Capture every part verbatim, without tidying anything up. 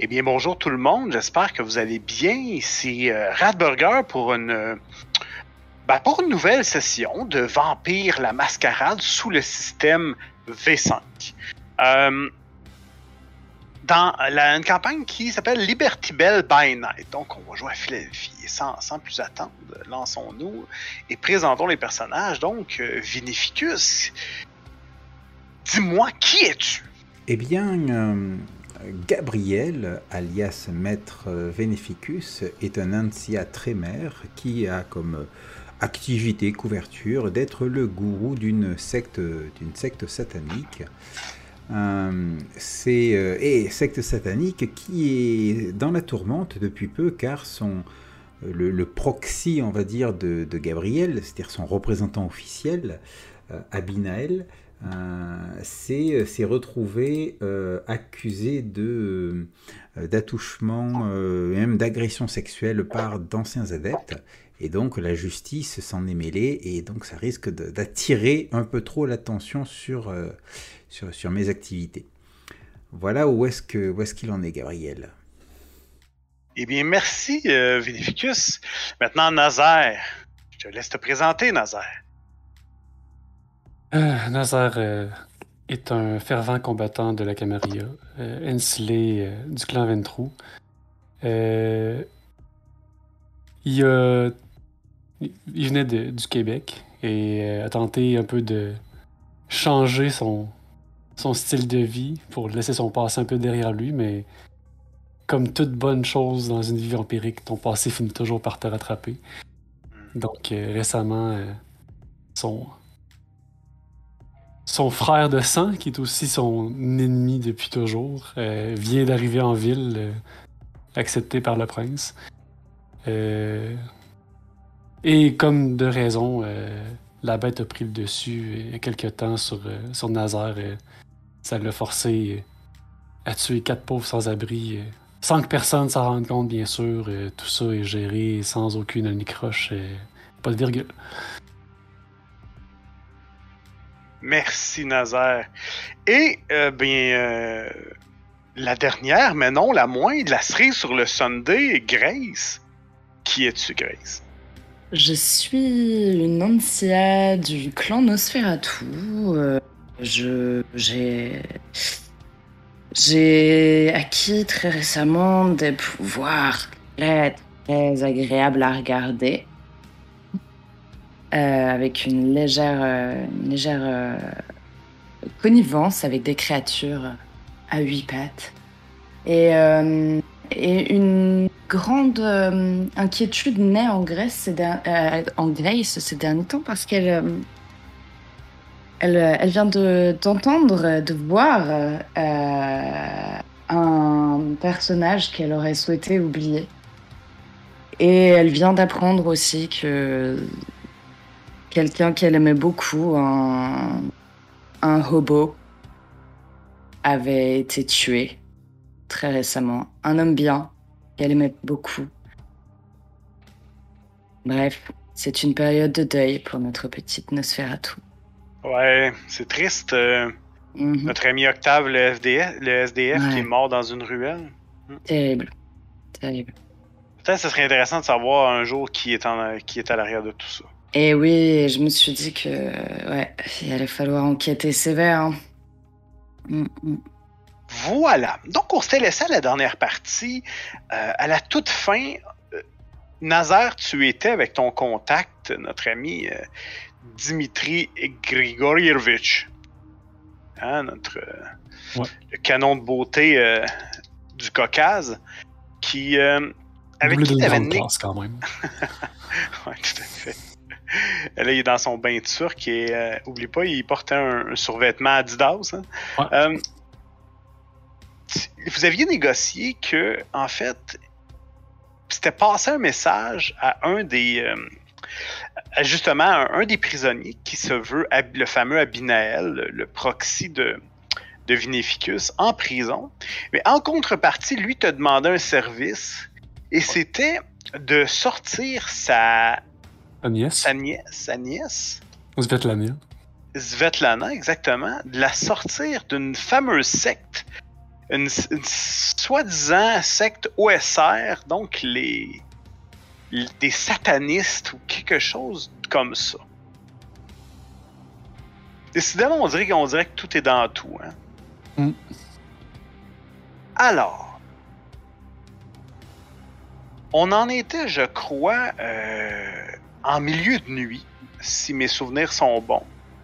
Eh bien, bonjour tout le monde. J'espère que vous allez bien. Ici euh, Radburger pour une, euh, ben, pour une nouvelle session de Vampire la Mascarade sous le système V cinq. Euh, dans la, une campagne qui s'appelle Liberty Bell by Night. Donc, on va jouer à Philadelphie. Sans, sans plus attendre, lançons-nous et présentons les personnages. Donc, euh, Vinificus, dis-moi, qui es-tu? Eh bien, euh, Gabriel, alias Maître Veneficus, est un ancien trémère qui a comme activité, couverture, d'être le gourou d'une secte, d'une secte satanique. Euh, c'est, euh, et secte satanique qui est dans la tourmente depuis peu, car son, le, le proxy, on va dire, de, de Gabriel, c'est-à-dire son représentant officiel, euh, Abinael, Euh, s'est, s'est retrouvé euh, accusé de, euh, d'attouchement euh, et même d'agression sexuelle par d'anciens adeptes, et donc la justice s'en est mêlée, et donc ça risque de, d'attirer un peu trop l'attention sur, euh, sur, sur mes activités. Voilà où est-ce, que, où est-ce qu'il en est, Gabriel. Eh bien, merci, euh, Vinificus. Maintenant, Nazaire. Je te laisse te présenter, Nazaire. Euh, Nazaire euh, est un fervent combattant de la Camarilla, euh, ensilé euh, du clan Ventrou. Euh, il, a, il venait de, du Québec et euh, a tenté un peu de changer son, son style de vie pour laisser son passé un peu derrière lui, mais comme toute bonne chose dans une vie vampirique, ton passé finit toujours par te rattraper. Donc euh, récemment, euh, son... Son frère de sang, qui est aussi son ennemi depuis toujours, euh, vient d'arriver en ville, euh, accepté par le prince. Euh, et comme de raison, euh, la bête a pris le dessus il y a quelque temps sur, euh, sur Nazaire. Euh, ça l'a forcé euh, à tuer quatre pauvres sans-abri, euh, sans que personne s'en rende compte, bien sûr. Euh, tout ça est géré sans aucune anicroche, euh, pas de virgule. Merci, Nazaire. Et, euh, bien, euh, la dernière, mais non la moindre, la cerise sur le Sunday, Grace. Qui es-tu, Grace? Je suis une Ancia du clan Nosferatu. Euh, je, j'ai, j'ai acquis très récemment des pouvoirs très, très agréables à regarder. Euh, avec une légère, euh, une légère euh, connivence avec des créatures à huit pattes. Et, euh, et une grande euh, inquiétude naît en Grèce, ces der- euh, en Grace ces derniers temps, parce qu'elle euh, elle, elle vient de, d'entendre, de voir euh, un personnage qu'elle aurait souhaité oublier. Et elle vient d'apprendre aussi que quelqu'un qu'elle aimait beaucoup, un, un hobo, avait été tué très récemment. Un homme bien, qu'elle aimait beaucoup. Bref, c'est une période de deuil pour notre petite Nosferatu. Ouais, c'est triste. Euh, mm-hmm. Notre ami Octave, le S D F, le S D F ouais. qui est mort dans une ruelle. Terrible. Terrible. Peut-être que ce serait intéressant de savoir un jour qui est, en, qui est à l'arrière de tout ça. Et oui, je me suis dit que ouais, il allait falloir enquêter sévère. Hein. Mm-hmm. Voilà. Donc, on s'était laissé à la dernière partie. Euh, à la toute fin, euh, Nazaire, tu étais avec ton contact, notre ami euh, Dimitri Grigorievitch. Hein, notre euh, ouais. le canon de beauté euh, du Caucase, qui euh, avec qui t'avais né... quand même. Ouais, tout à fait. Là, il est dans son bain de turc et euh, oublie pas, il portait un, un survêtement Adidas. Hein? Ouais. Euh, vous aviez négocié que, en fait, c'était passé un message à un des, euh, à justement, un, un des prisonniers qui se veut le fameux Abinael, le, le proxy de, de Vinificus, en prison. Mais en contrepartie, lui te demandait un service et c'était de sortir sa Sa nièce. Sa nièce. Sa nièce. Svetlana. Svetlana, exactement. De la sortir d'une fameuse secte une, une soi-disant secte O S R, donc les, les des satanistes ou quelque chose comme ça. Décidément, on dirait, on dirait que tout est dans tout. Hein? Mm. Alors, on en était, je crois, euh, en milieu de nuit, si mes souvenirs sont bons.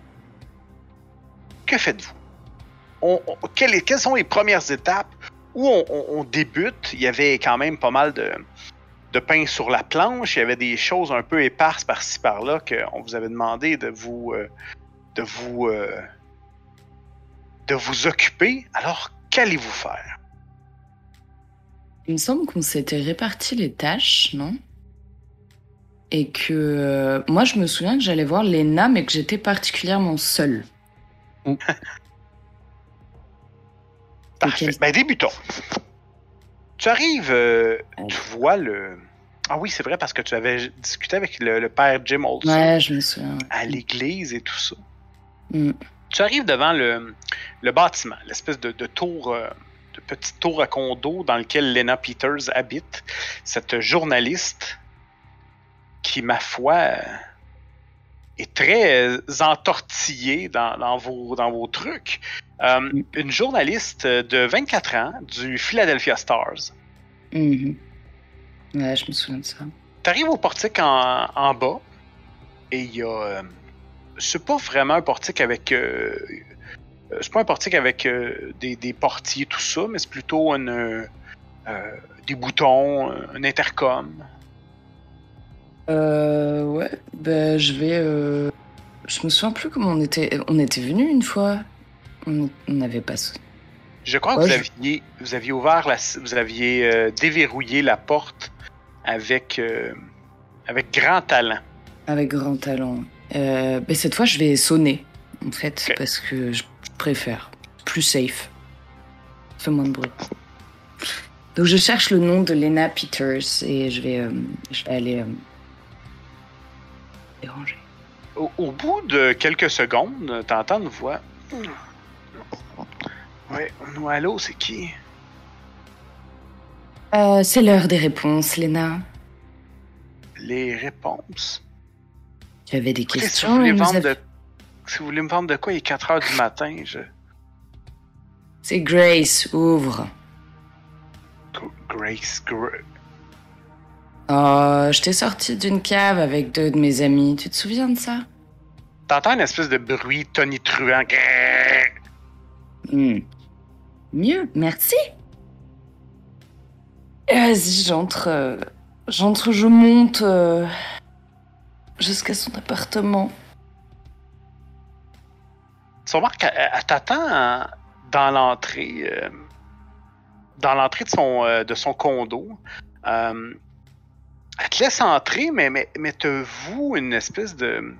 Que faites-vous? On, on, quelles, quelles sont les premières étapes où on, on, on débute? Il y avait quand même pas mal de, de pain sur la planche. Il y avait des choses un peu éparses par-ci par-là qu'on vous avait demandé de vous, euh, de vous, euh, de vous occuper. Alors, qu'allez-vous faire? Il me semble qu'on s'était réparti les tâches, non? Et que euh, moi, je me souviens que j'allais voir Léna, mais que j'étais particulièrement seule. Mm. Parfait. Quel... Ben, débutons. Tu arrives, euh, tu vois le... Ah oui, c'est vrai, parce que tu avais discuté avec le, le père Jim Olson. Ouais, je me souviens. Ouais. À l'église et tout ça. Mm. Tu arrives devant le, le bâtiment, l'espèce de, de tour, euh, de petite tour à condo dans lequel Lena Peters habite, cette journaliste qui, ma foi, euh, est très euh, entortillée dans, dans, vos, dans vos trucs. Euh, mm. Une journaliste de vingt-quatre ans du Philadelphia Stars. Mm-hmm. Ouais, je me souviens de ça. Tu arrives au portique en, en bas et il y a... Euh, c'est pas vraiment un portique avec... Euh, c'est pas un portique avec euh, des, des portiers, tout ça, mais c'est plutôt une, euh, des boutons, un intercom. Euh... Ouais, ben je vais... Euh... Je me souviens plus comment on était... On était venus une fois. On n'avait pas... Je crois que ouais, vous, je... aviez, vous aviez ouvert la... Vous aviez euh, déverrouillé la porte avec... Euh, avec grand talent. Avec grand talent. Euh, ben cette fois, je vais sonner, en fait, okay. Parce que je préfère. Plus safe. Fait moins de bruit. Donc, je cherche le nom de Lena Peters et je vais, euh, je vais aller euh, déranger. Au, au bout de quelques secondes, t'entends une voix. Ouais, allô, c'est qui? Euh, c'est l'heure des réponses, Lena. Les réponses? J'avais des Écoutez, questions. Si vous, voulez et vendre avez... de... si vous voulez me vendre de quoi, il est quatre heures du matin, je... C'est Grace, ouvre. G- Grace, Gra... Oh, je t'ai sorti d'une cave avec deux de mes amis. Tu te souviens de ça? T'entends une espèce de bruit tonitruant. Mm. Mieux, merci. Vas-y, j'entre... Euh... J'entre, je monte... Euh... jusqu'à son appartement. Tu remarques qu'elle t'attend dans l'entrée, euh, dans l'entrée de son, euh, de son condo. Euh, elle te laisse entrer, mais, mais, mais te voue une espèce de...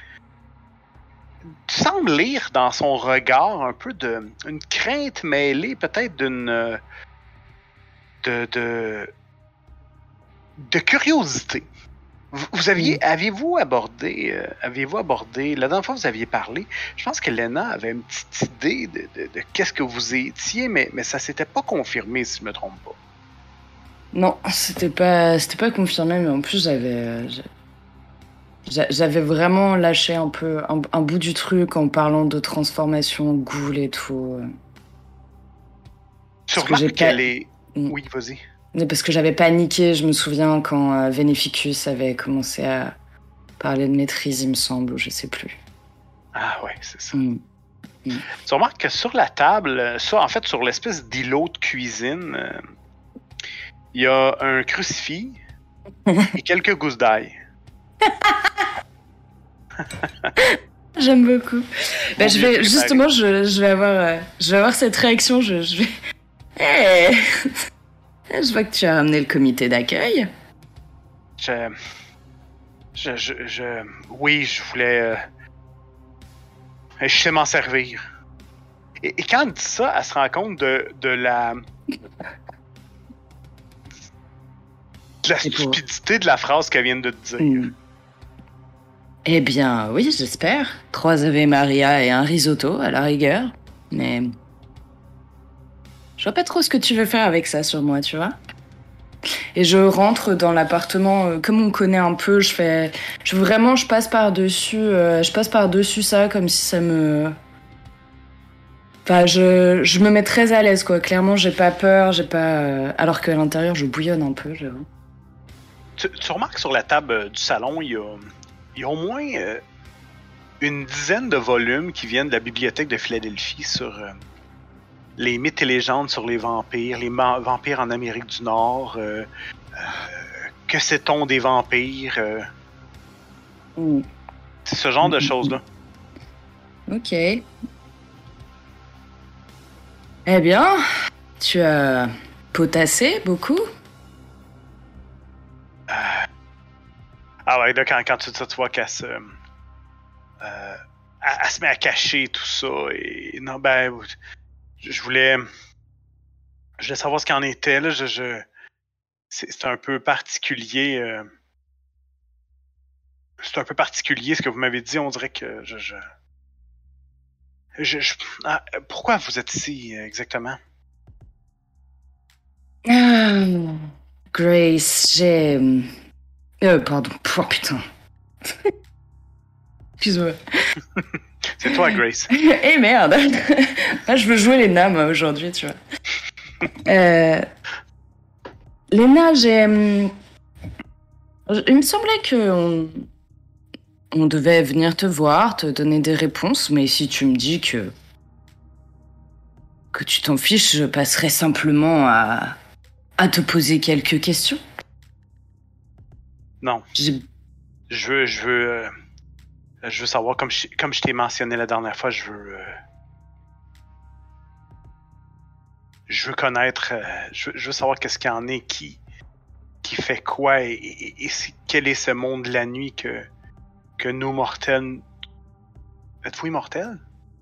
Tu sembles lire dans son regard un peu de... une crainte mêlée, peut-être d'une... de... de, de curiosité. Vous aviez, mmh. aviez-vous abordé, euh, aviez-vous abordé, la dernière fois que vous aviez parlé, je pense que Lena avait une petite idée de, de, de qu'est-ce que vous étiez, mais, mais ça s'était pas confirmé, si je me trompe pas. Non, c'était pas, c'était pas confirmé, mais en plus j'avais, j'avais vraiment lâché un peu un, un bout du truc en parlant de transformation, ghoul et tout. Tu remarques qu'elle pas... est... Mmh. Oui, vas-y. Parce que j'avais paniqué, je me souviens, quand euh, Veneficus avait commencé à parler de maîtrise, il me semble, ou je sais plus. Ah ouais, c'est ça. Mm. Mm. Tu remarques que sur la table, ça, en fait, sur l'espèce d'îlot de cuisine, il euh, y a un crucifix et quelques gousses d'ail. J'aime beaucoup. Bah, je vais, justement, je, je, vais avoir, euh, je vais avoir cette réaction, je, je vais... Hey je vois que tu as ramené le comité d'accueil. Je... Je... Je... je... Oui, je voulais... Euh... Je sais m'en servir. Et, et quand elle dit ça, elle se rend compte de, de la... de la stupidité de la phrase qu'elle vient de te dire. Mm. Eh bien, oui, j'espère. Trois Ave Maria et un risotto, à la rigueur. Mais... Je vois pas trop ce que tu veux faire avec ça sur moi, tu vois. Et je rentre dans l'appartement, euh, comme on connaît un peu, je fais... Je, vraiment, je passe par-dessus euh, je passe par-dessus ça, comme si ça me... Enfin, je, je me mets très à l'aise, quoi. Clairement, j'ai pas peur, j'ai pas... Euh... Alors qu'à l'intérieur, je bouillonne un peu, j'avoue. Tu, tu remarques sur la table euh, du salon, il y a, il y a au moins euh, une dizaine de volumes qui viennent de la bibliothèque de Philadelphie sur euh, les mythes et légendes sur les vampires, les ma- vampires en Amérique du Nord. Euh, euh, que sait-on des vampires? Euh, Mm. c'est ce genre de Mm. choses-là. Ok. Eh bien, tu as potassé beaucoup? Euh, Ah ouais, là, quand, quand tu dis ça, tu vois qu'elle se... Euh, elle, elle se met à cacher tout ça. Et non, ben, je, je voulais... Je voulais savoir ce qu'en était, là. Je, je, c'est, c'est un peu particulier. Euh, c'est un peu particulier ce que vous m'avez dit. On dirait que je... je, je, je- ah, pourquoi vous êtes ici, euh, exactement? Ah, Grace, j'ai... Euh, pardon. Oh, putain. Excuse-moi. C'est toi, Grace. Eh merde. Là, je veux jouer les nains, moi, aujourd'hui, tu vois. Euh... Léna, j'ai... hum, Il me semblait que on... on devait venir te voir, te donner des réponses, mais si tu me dis que... que tu t'en fiches, je passerai simplement à... à te poser quelques questions. Non, J'ai... je veux... Je veux, euh, je veux savoir, comme je, comme je t'ai mentionné la dernière fois, je veux... euh, je veux connaître... euh, je, veux, je veux savoir qu'est-ce qu'il y en est qui... qui fait quoi et, et, et c'est- quel est ce monde de la nuit que, que nous mortels... Êtes-vous immortels?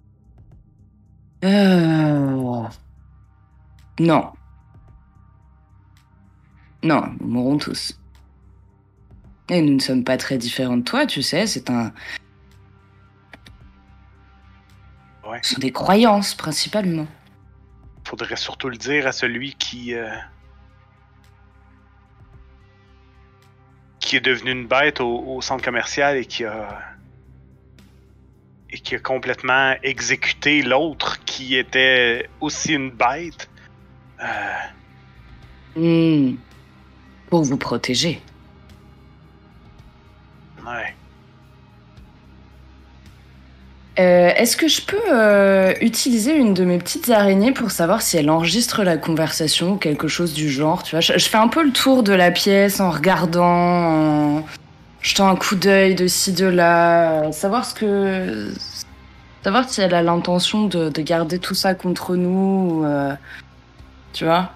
Euh... Non. Non, nous mourrons tous. Et nous ne sommes pas très différents de toi, tu sais, c'est un... Ouais. Ce sont des croyances, principalement. Faudrait surtout le dire à celui qui... euh, qui est devenu une bête au, au centre commercial et qui a... et qui a complètement exécuté l'autre qui était aussi une bête. Euh, Hmm. Pour vous protéger. ouais. Euh, est-ce que je peux euh, utiliser une de mes petites araignées pour savoir si elle enregistre la conversation ou quelque chose du genre, tu vois, je, je fais un peu le tour de la pièce en regardant, en jetant un coup d'œil de ci, de là, euh, savoir ce que... Savoir si elle a l'intention de, de garder tout ça contre nous, ou, euh, tu vois.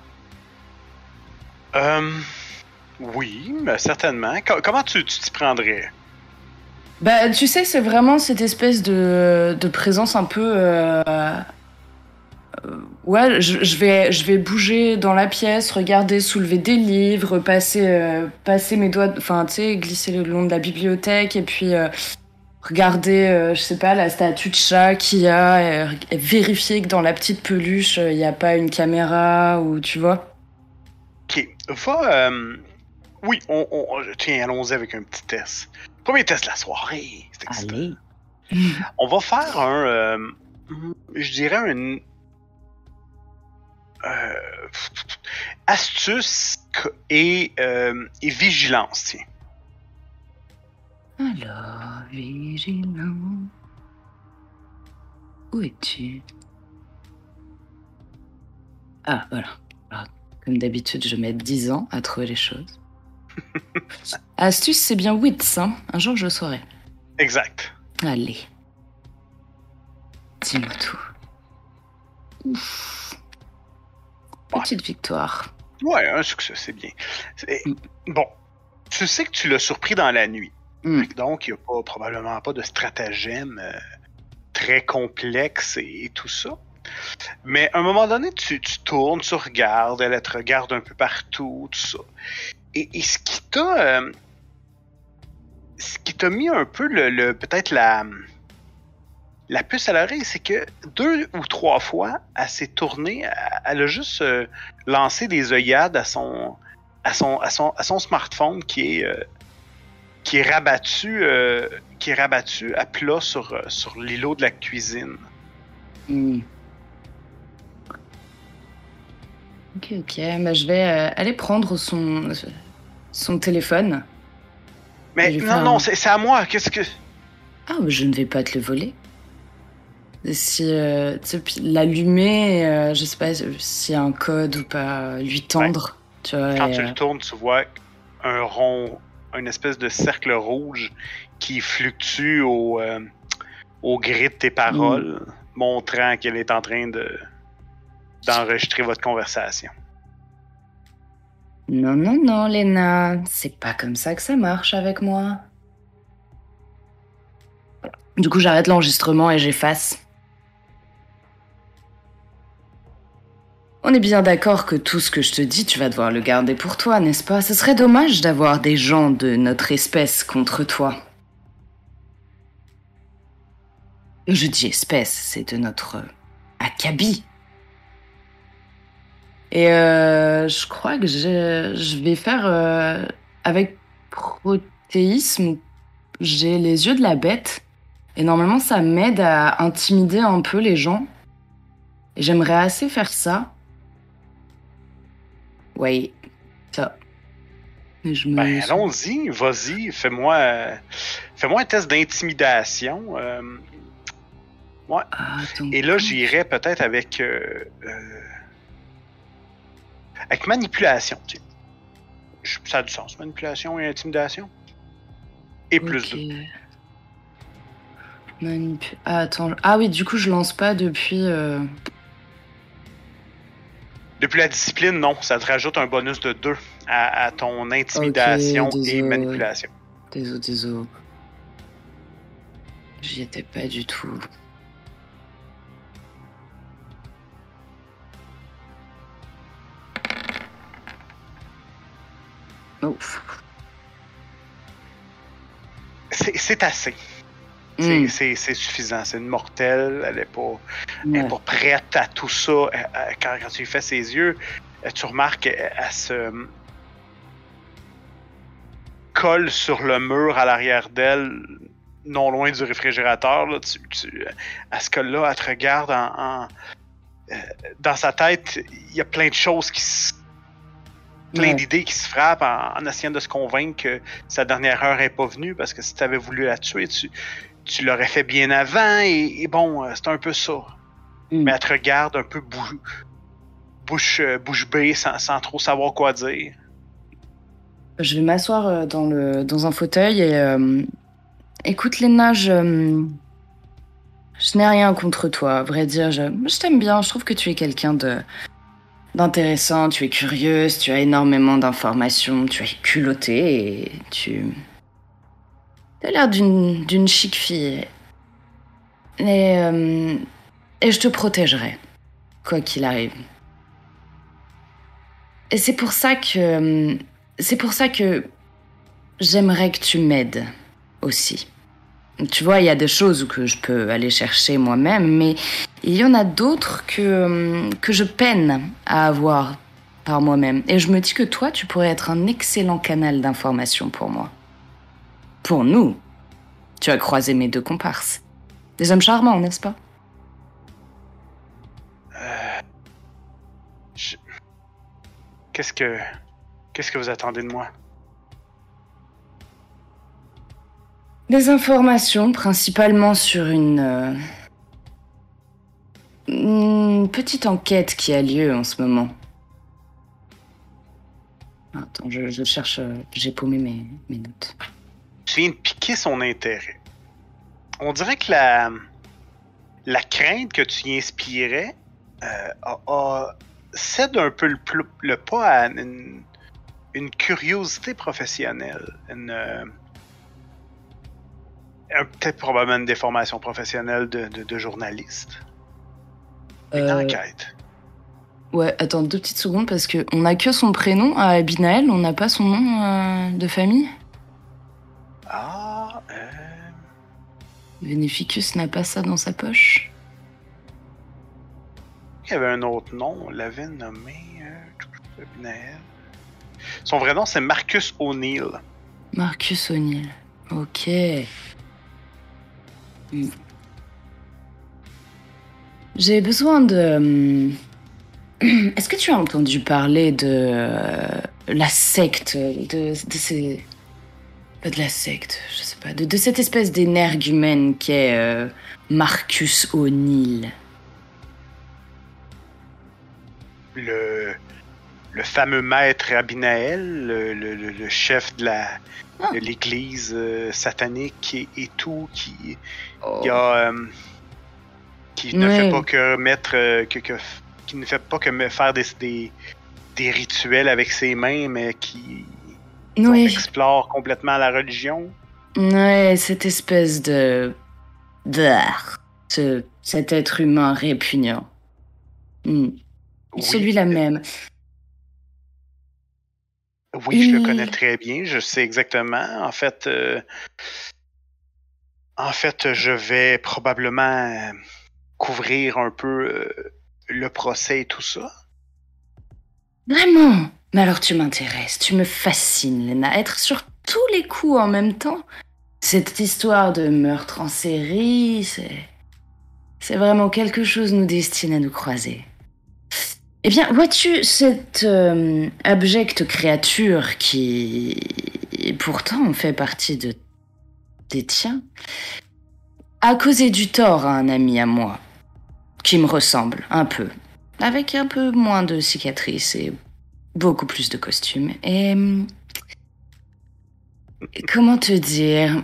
Euh, oui, mais certainement. Co- comment tu tu t'y prendrais? Bah, tu sais, c'est vraiment cette espèce de, de présence un peu... euh, euh, ouais, je, je vais, je vais bouger dans la pièce, regarder, soulever des livres, passer, euh, passer mes doigts... Enfin, tu sais, glisser le long de la bibliothèque, et puis euh, regarder, euh, je sais pas, la statue de chat qu'il y a, et, et vérifier que dans la petite peluche, il n'y a pas une caméra, ou tu vois. Ok, va... euh, oui, on, on- tiens, allons-y avec un petit test. Premier test de la soirée. C'est excitant. Allez. On va faire un... euh, je dirais un... euh, astuce et, euh, et vigilance, tiens. Alors, vigilant. Où es-tu? Ah, voilà. Alors, comme d'habitude, je mets dix ans à trouver les choses. Astuce, c'est bien wits, hein. Un jour, je le saurai. Exact. Allez. Dis-moi tout. Ouf. Petite victoire. Ouais, un succès, c'est bien. C'est- Mm. Bon, tu sais que tu l'as surpris dans la nuit. Mm. Fait que donc, il n'y a pas, probablement pas de stratagème euh, très complexe et, et tout ça. Mais à un moment donné, tu, tu tournes, tu regardes, elle, elle te regarde un peu partout, tout ça. Et, et ce qui t'a... euh, ce qui t'a mis un peu le... le- peut-être la... la puce à l'oreille, c'est que deux ou trois fois, elle s'est tournée, elle a juste euh, lancé des œillades à son, à son, à son, à son smartphone qui est, euh, qui est rabattu, euh, qui est rabattu à plat sur, sur l'îlot de la cuisine. Mm. Ok, ok. Bah, je vais euh, aller prendre son, son téléphone. Mais non, non, un... c'est, c'est à moi. Qu'est-ce que... Ah, je ne vais pas te le voler. Si euh, l'allumer, euh, je sais pas s'il y a un code ou pas, lui tendre. Ouais. Tu vois, Quand et, tu euh... le tournes, tu vois un rond, une espèce de cercle rouge qui fluctue au, euh, au gré de tes paroles, mm. montrant qu'elle est en train de d'enregistrer votre conversation. Non, non, non, Léna, c'est pas comme ça que ça marche avec moi. Du coup, j'arrête l'enregistrement et j'efface. On est bien d'accord que tout ce que je te dis, tu vas devoir le garder pour toi, n'est-ce pas? Ce serait dommage d'avoir des gens de notre espèce contre toi. Je dis espèce, c'est de notre acabit. Et euh, je crois que je, je vais faire... Euh, avec protéisme, j'ai les yeux de la bête. Et normalement, ça m'aide à intimider un peu les gens. Et j'aimerais assez faire ça. Oui, ça. Mais je me... Ben, allons-y, vas-y, fais-moi, euh, fais-moi un test d'intimidation. Euh, ouais. Ah, et là, j'irais peut-être avec... Euh, euh, avec manipulation, tu sais. Ça a du sens, manipulation et intimidation. Et okay. plus de... Manip... Ah, attends. Ah oui, du coup, je lance pas depuis... Euh... Depuis la discipline, non. Ça te rajoute un bonus de deux à, à ton intimidation okay, et manipulation. Désolé, désolé. J'y étais pas du tout. Ouf. C'est, c'est assez. C'est, mm. c'est, c'est suffisant. C'est une mortelle. Elle n'est pas, ouais. pas prête à tout ça. Quand, quand tu lui fais ses yeux, tu remarques qu'elle se colle sur le mur à l'arrière d'elle, non loin du réfrigérateur. Là. Tu, tu, à ce cas-là, elle te regarde en, en, euh, dans sa tête. Il y a plein de choses qui se plein ouais. d'idées qui se frappent en, en essayant de se convaincre que sa dernière heure n'est pas venue, parce que si tu avais voulu la tuer, tu, tu l'aurais fait bien avant, et, et bon, c'est un peu ça. Mm. Mais elle te regarde un peu bou- bouche, bouche bée, sans, sans trop savoir quoi dire. Je vais m'asseoir dans, le, dans un fauteuil et... Euh, écoute, Léna, je... Je n'ai rien contre toi, à vrai dire. Je, je t'aime bien, je trouve que tu es quelqu'un de... d'intéressant, tu es curieuse, tu as énormément d'informations, tu es culottée et tu... Tu as l'air d'une, d'une chic fille. Et, euh, et je te protégerai, quoi qu'il arrive. Et c'est pour ça que... C'est pour ça que j'aimerais que tu m'aides aussi. Tu vois, il y a des choses que je peux aller chercher moi-même, mais il y en a d'autres que, que je peine à avoir par moi-même. Et je me dis que toi, tu pourrais être un excellent canal d'information pour moi. Pour nous. Tu as croisé mes deux comparses. Des hommes charmants, n'est-ce pas? Euh... Je... Qu'est-ce que... Qu'est-ce que vous attendez de moi? Des informations, principalement sur une, euh, une petite enquête qui a lieu en ce moment. Attends, je, je cherche, euh, j'ai paumé mes, mes notes. Tu viens de piquer son intérêt. On dirait que la, la crainte que tu y inspirais euh, a, a, cède un peu le, le pas à une, une curiosité professionnelle, une... Euh, peut-être probablement une déformation professionnelle de, de, de journaliste. Une euh... enquête. Ouais, attends deux petites secondes parce qu'on n'a que son prénom à Abinaël, on n'a pas son nom euh, de famille. Ah, euh... Veneficus n'a pas ça dans sa poche? Il y avait un autre nom, on l'avait nommé... Euh, Abinael. Son vrai nom, c'est Marcus O'Neill. Marcus O'Neill. Ok. Hmm. J'ai besoin de... Est-ce que tu as entendu parler de euh, la secte, de, de ces... Pas de la secte, je sais pas, de, de cette espèce d'énergumène qu'est euh, Marcus O'Neill? Le, le fameux maître Abinael, le, le, le chef de la Ah. de l'église euh, satanique et, et tout, qui, Oh. qui, a, euh, qui ne Ouais. fait pas que mettre, euh, que, que- qui ne fait pas que me faire des, des, des rituels avec ses mains, mais qui disons, Oui, explore complètement la religion. ouais, cette espèce de... Blah. Ce, cet être humain répugnant. Hmm. Oui, Celui-là même. Oui, je le Il- connais très bien, je sais exactement. En fait, euh, en fait, je vais probablement euh, couvrir un peu euh, le procès et tout ça. Vraiment? Mais alors tu m'intéresses, tu me fascines, Lena. Être sur tous les coups en même temps. Cette histoire de meurtre en série, c'est... C'est vraiment quelque chose nous destine à nous croiser. Eh bien, vois-tu, cette euh, abjecte créature qui, pourtant, fait partie de des tiens, a causé du tort à un ami à moi, qui me ressemble un peu, avec un peu moins de cicatrices et beaucoup plus de costumes. Et... hum, comment te dire?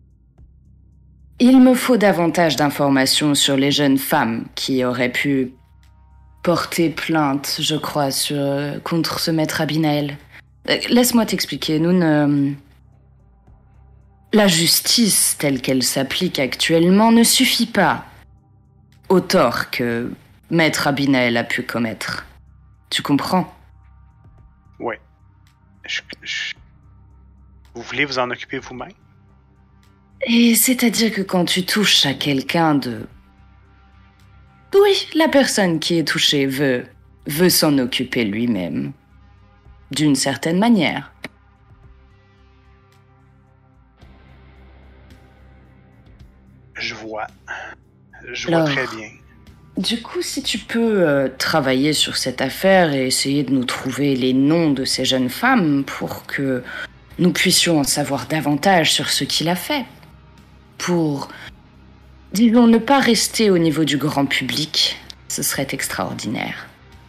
Il me faut davantage d'informations sur les jeunes femmes qui auraient pu porter plainte, je crois, sur, euh, contre ce maître Abinael. Euh, Laisse-moi t'expliquer, nous ne... La justice telle qu'elle s'applique actuellement ne suffit pas au tort que maître Abinael a pu commettre. Tu comprends? Ouais. Je- je- Vous voulez vous en occuper vous-même? Et c'est-à-dire que quand tu touches à quelqu'un de... Oui, la personne qui est touchée veut, veut s'en occuper lui-même. D'une certaine manière. Je vois. Je Alors, vois très bien. Du coup, si tu peux euh, travailler sur cette affaire et essayer de nous trouver les noms de ces jeunes femmes pour que nous puissions en savoir davantage sur ce qu'il a fait. Pour, disons, ne pas rester au niveau du grand public, ce serait extraordinaire.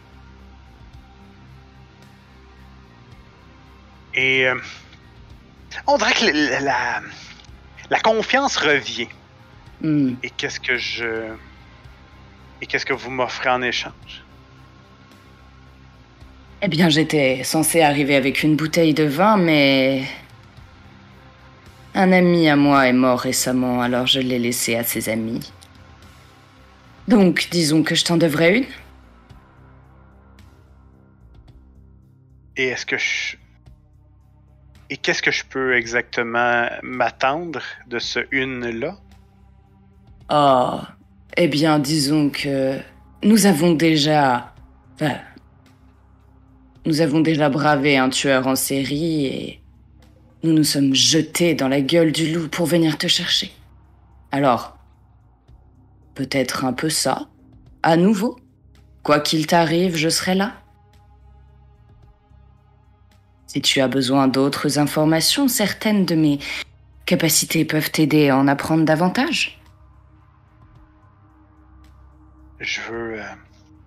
Et euh, on dirait que la, la, la confiance revient. Hmm. Et qu'est-ce que je... Et qu'est-ce que vous m'offrez en échange? Eh bien, j'étais censée arriver avec une bouteille de vin, mais... Un ami à moi est mort récemment, alors je l'ai laissé à ses amis. Donc, disons que je t'en devrais une. Et est-ce que je... Et qu'est-ce que je peux exactement m'attendre de ce une-là? Oh, eh bien, disons que nous avons déjà... Enfin, nous avons déjà bravé un tueur en série et nous nous sommes jetés dans la gueule du loup pour venir te chercher. Alors, peut-être un peu ça, à nouveau. Quoi qu'il t'arrive, je serai là. Si tu as besoin d'autres informations, certaines de mes capacités peuvent t'aider à en apprendre davantage. Je veux... euh,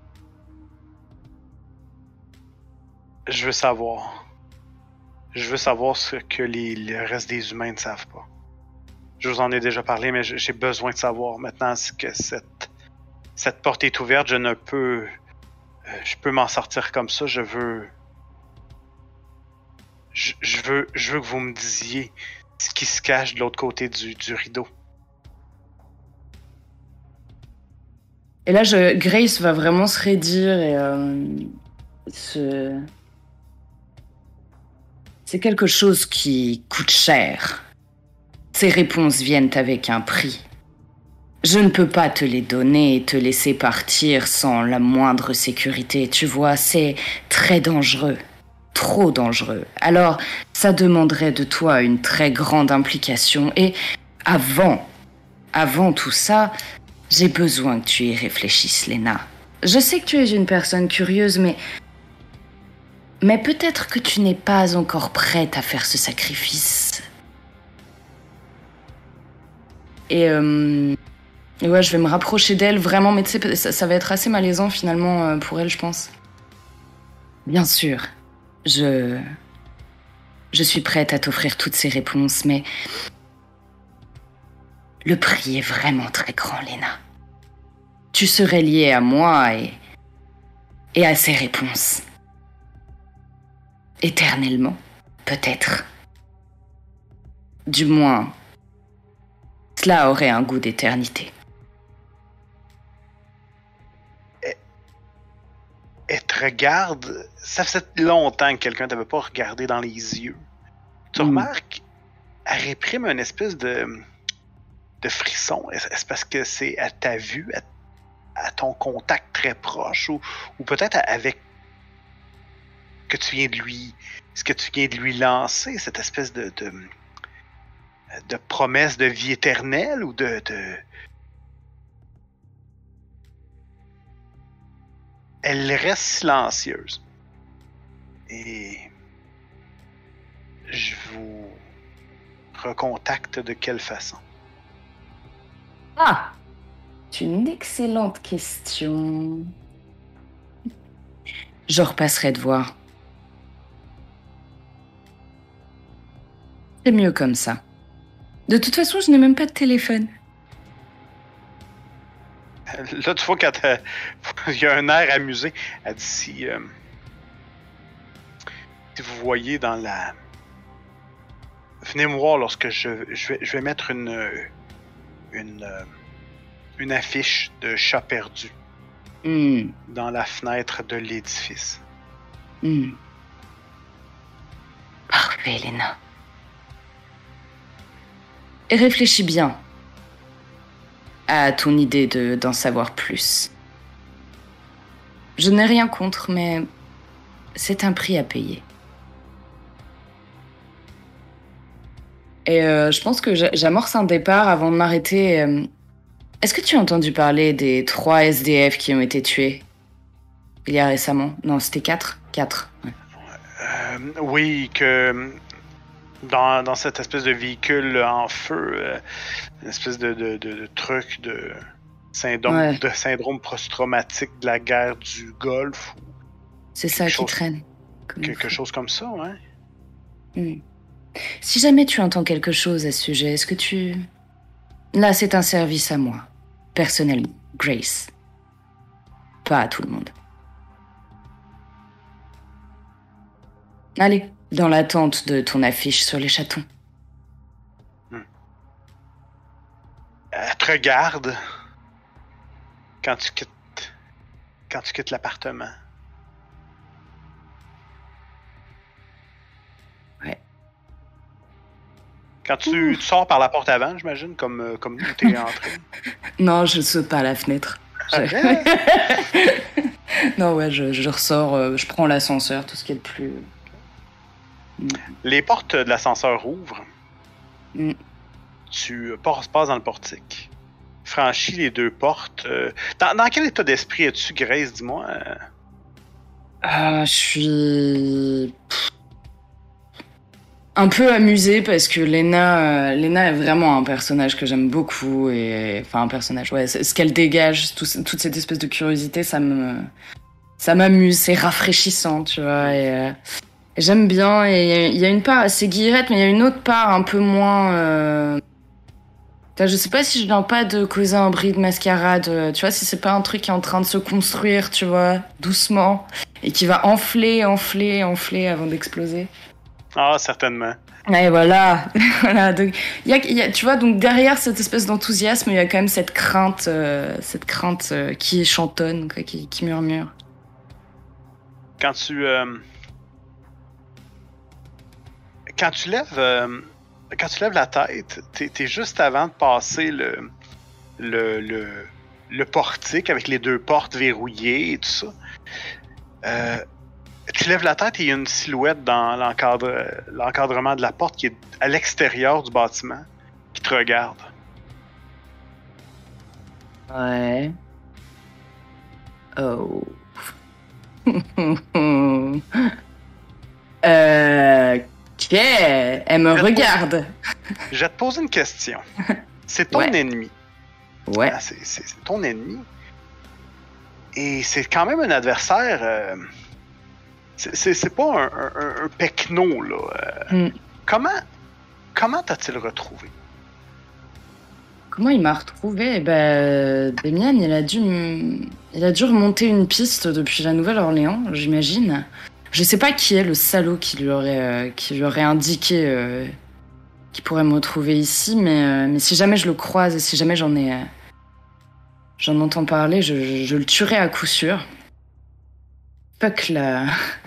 Je veux savoir. Je veux savoir ce que les, le reste des humains ne savent pas. Je vous en ai déjà parlé, mais j'ai besoin de savoir maintenant que cette, cette porte est ouverte. Je ne peux... euh, Je peux m'en sortir comme ça. Je veux... Je, je veux... Je veux que vous me disiez ce qui se cache de l'autre côté du, du rideau. Et là, je, Grace va vraiment se raidir et euh, se... C'est quelque chose qui coûte cher. Ces réponses viennent avec un prix. Je ne peux pas te les donner et te laisser partir sans la moindre sécurité. Tu vois, c'est très dangereux. Trop dangereux. Alors, ça demanderait de toi une très grande implication. Et avant, avant tout ça, j'ai besoin que tu y réfléchisses, Lena. Je sais que tu es une personne curieuse, mais... Mais peut-être que tu n'es pas encore prête à faire ce sacrifice. Et... Euh... Et ouais, je vais me rapprocher d'elle, vraiment, mais tu sais, ça, ça va être assez malaisant, finalement, euh, pour elle, je pense. Bien sûr, je... Je suis prête à t'offrir toutes ces réponses, mais... Le prix est vraiment très grand, Lena. Tu serais liée à moi et... Et à ces réponses. Éternellement, peut-être. Du moins, cela aurait un goût d'éternité. Elle te regarde, ça fait longtemps que quelqu'un ne t'avait pas regardé dans les yeux. Tu mm. remarques, elle réprime une espèce de, de frisson. Est-ce parce que c'est à ta vue, à, à ton contact très proche, ou, ou peut-être avec que tu viens de lui, ce que tu viens de lui lancer, cette espèce de, de, de promesse de vie éternelle, ou de... de... Elle reste silencieuse. Et je vous recontacte de quelle façon? Ah! C'est une excellente question. Je repasserai te voir. C'est mieux comme ça. De toute façon, je n'ai même pas de téléphone. Là, tu vois, quand il y a un air amusé, elle dit si, euh, si vous voyez dans la... Venez me voir lorsque je, je, vais, je vais mettre une, une, une affiche de chat perdu mm. dans la fenêtre de l'édifice. Mm. Parfait, Lena. Et réfléchis bien à ton idée de, d'en savoir plus. Je n'ai rien contre, mais c'est un prix à payer. Et euh, je pense que j'amorce un départ avant de m'arrêter. Est-ce que tu as entendu parler des trois S D F qui ont été tués il y a récemment? Non, c'était quatre? Quatre. Ouais. Euh, oui, que dans, dans cette espèce de véhicule en feu, euh, une espèce de, de, de, de truc de syndrome, ouais. de syndrome post-traumatique de la guerre du Golfe. C'est ça qui traîne. Quelque chose comme ça, ouais. Hmm. Si jamais tu entends quelque chose à ce sujet, est-ce que tu... Là, c'est un service à moi. Personnellement. Grace. Pas à tout le monde. Allez, dans l'attente de ton affiche sur les chatons. Hmm. Elle te regarde quand tu quittes, quand tu quittes l'appartement. Ouais. Quand tu, tu sors par la porte avant, j'imagine, comme, comme nous, t'es entré. Non, je ne saute pas à la fenêtre. Okay. Non, ouais, je, je ressors, euh, je prends l'ascenseur, tout ce qui est le plus... Mm. Les portes de l'ascenseur ouvrent. Mm. Tu passes, passes dans le portique. Franchis les deux portes. Euh, dans, dans quel état d'esprit es-tu, Grace, dis-moi? Euh, je suis... un peu amusée parce que Lena, euh, Lena est vraiment un personnage que j'aime beaucoup. Et, enfin, un personnage, ouais. Ce qu'elle dégage, tout, toute cette espèce de curiosité, ça me... ça m'amuse, c'est rafraîchissant, tu vois. Et, euh, j'aime bien. Et il y a une part assez guillerette, mais il y a une autre part un peu moins... Euh... Je sais pas si je viens pas de causer un bris de mascarade, tu vois, si c'est pas un truc qui est en train de se construire, tu vois, doucement, et qui va enfler, enfler, enfler avant d'exploser. Ah, certainement. Et voilà, voilà. Donc, y a, y a, tu vois, donc derrière cette espèce d'enthousiasme, il y a quand même cette crainte, euh, cette crainte euh, qui chantonne, quoi, qui, qui murmure. Quand tu, euh... quand tu lèves, euh... quand tu lèves la tête, t'es, t'es juste avant de passer le, le, le, le portique avec les deux portes verrouillées et tout ça. Euh, tu lèves la tête et il y a une silhouette dans l'encadre, l'encadrement de la porte qui est à l'extérieur du bâtiment, qui te regarde. Ouais. Oh. euh... Ok, elle me je regarde. Pose... Je vais te poser une question. C'est ton ouais. ennemi. Ouais. Ah, c'est, c'est, c'est ton ennemi. Et c'est quand même un adversaire... Euh... C'est, c'est, c'est pas un, un, un pecno, là. Euh... Mm. Comment... Comment t'as-t-il retrouvé? Comment il m'a retrouvé? Ben, Damien, il a dû, m... il a dû remonter une piste depuis la Nouvelle-Orléans, j'imagine. Je sais pas qui est le salaud qui lui aurait, euh, qui lui aurait indiqué euh, qu'il pourrait me retrouver ici, mais, euh, mais si jamais je le croise et si jamais j'en ai, euh, j'en entends parler, je, je, je le tuerai à coup sûr. Fuck la...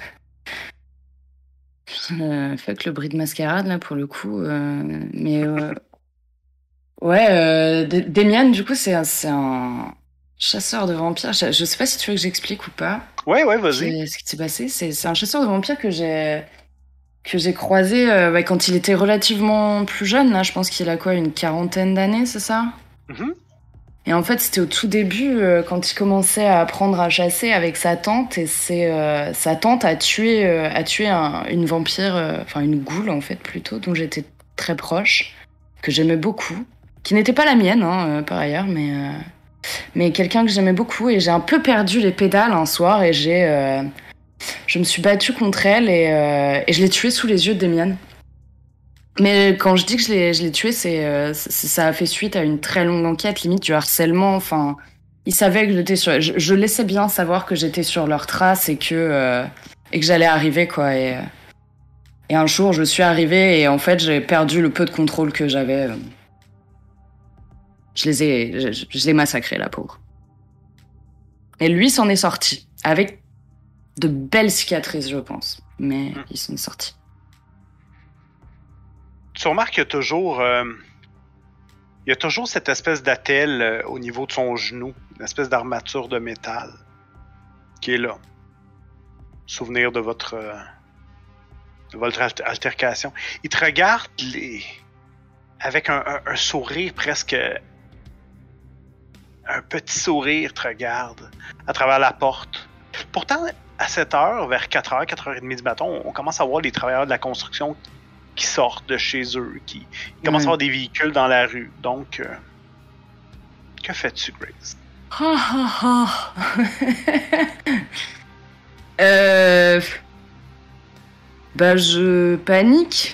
euh, fuck le bris de mascarade, là, pour le coup. Euh, mais... Euh... Ouais, euh, Demian, du coup, c'est un, c'est un chasseur de vampires. Je, je sais pas si tu veux que j'explique ou pas. Ouais, ouais, vas-y. Ce qui s'est passé, c'est, c'est un chasseur de vampires que j'ai que j'ai croisé euh, ouais, quand il était relativement plus jeune. Là, je pense qu'il a quoi, une quarantaine d'années, c'est ça? Mm-hmm. Et en fait, c'était au tout début, euh, quand il commençait à apprendre à chasser avec sa tante, et c'est euh, sa tante a tué, euh, a tué un, une vampire, enfin euh, une goule en fait plutôt, dont j'étais très proche, que j'aimais beaucoup. Qui n'était pas la mienne, hein, euh, par ailleurs, mais, euh, mais quelqu'un que j'aimais beaucoup. Et j'ai un peu perdu les pédales un soir et j'ai, euh, je me suis battue contre elle et, euh, et je l'ai tuée sous les yeux de Demian. Mais quand je dis que je l'ai, je l'ai tuée, c'est, euh, c'est, ça a fait suite à une très longue enquête, limite du harcèlement. Enfin, ils savaient que j'étais sur... Je, je laissais bien savoir que j'étais sur leurs traces et que, euh, et que j'allais arriver, quoi. Et, et un jour, je suis arrivée et en fait, j'ai perdu le peu de contrôle que j'avais... Euh, Je les ai, je, je les ai massacrés, la pauvre. Et lui s'en est sorti, avec de belles cicatrices, je pense. Mais mmh. il s'en est sorti. Tu remarques qu'il y a toujours, euh, il y a toujours cette espèce d'attelle euh, au niveau de son genou, une espèce d'armature de métal qui est là. Souvenir de votre, euh, de votre alter- altercation. Il te regarde les... avec un, un, un sourire presque... Un petit sourire te regarde à travers la porte. Pourtant, à cette heure, vers quatre heures, quatre heures trente du matin, on commence à voir les travailleurs de la construction qui sortent de chez eux, qui ils commencent mmh. à avoir des véhicules dans la rue. Donc, euh, que fais-tu, Grace? Ha ha ha! euh... Bah, je panique.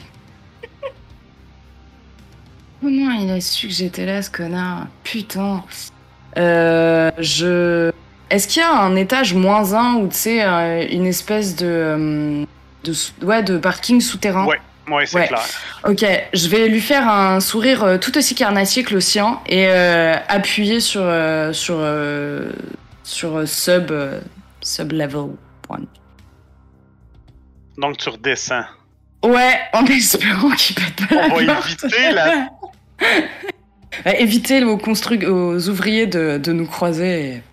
Comment il a su que j'étais là, ce connard? Putain. Euh, je... Est-ce qu'il y a un étage moins un ou tu sais une espèce de, de ouais de parking souterrain? Ouais, ouais, c'est ouais. clair. Ok, je vais lui faire un sourire tout aussi carnassier que le sien et euh, appuyer sur euh, sur euh, sur sub euh, sub level one. Donc tu redescends. Ouais, en espérant qu'il pète pas la On va porte. éviter la. Bah, éviter aux, constru- aux ouvriers de, de nous croiser. Et...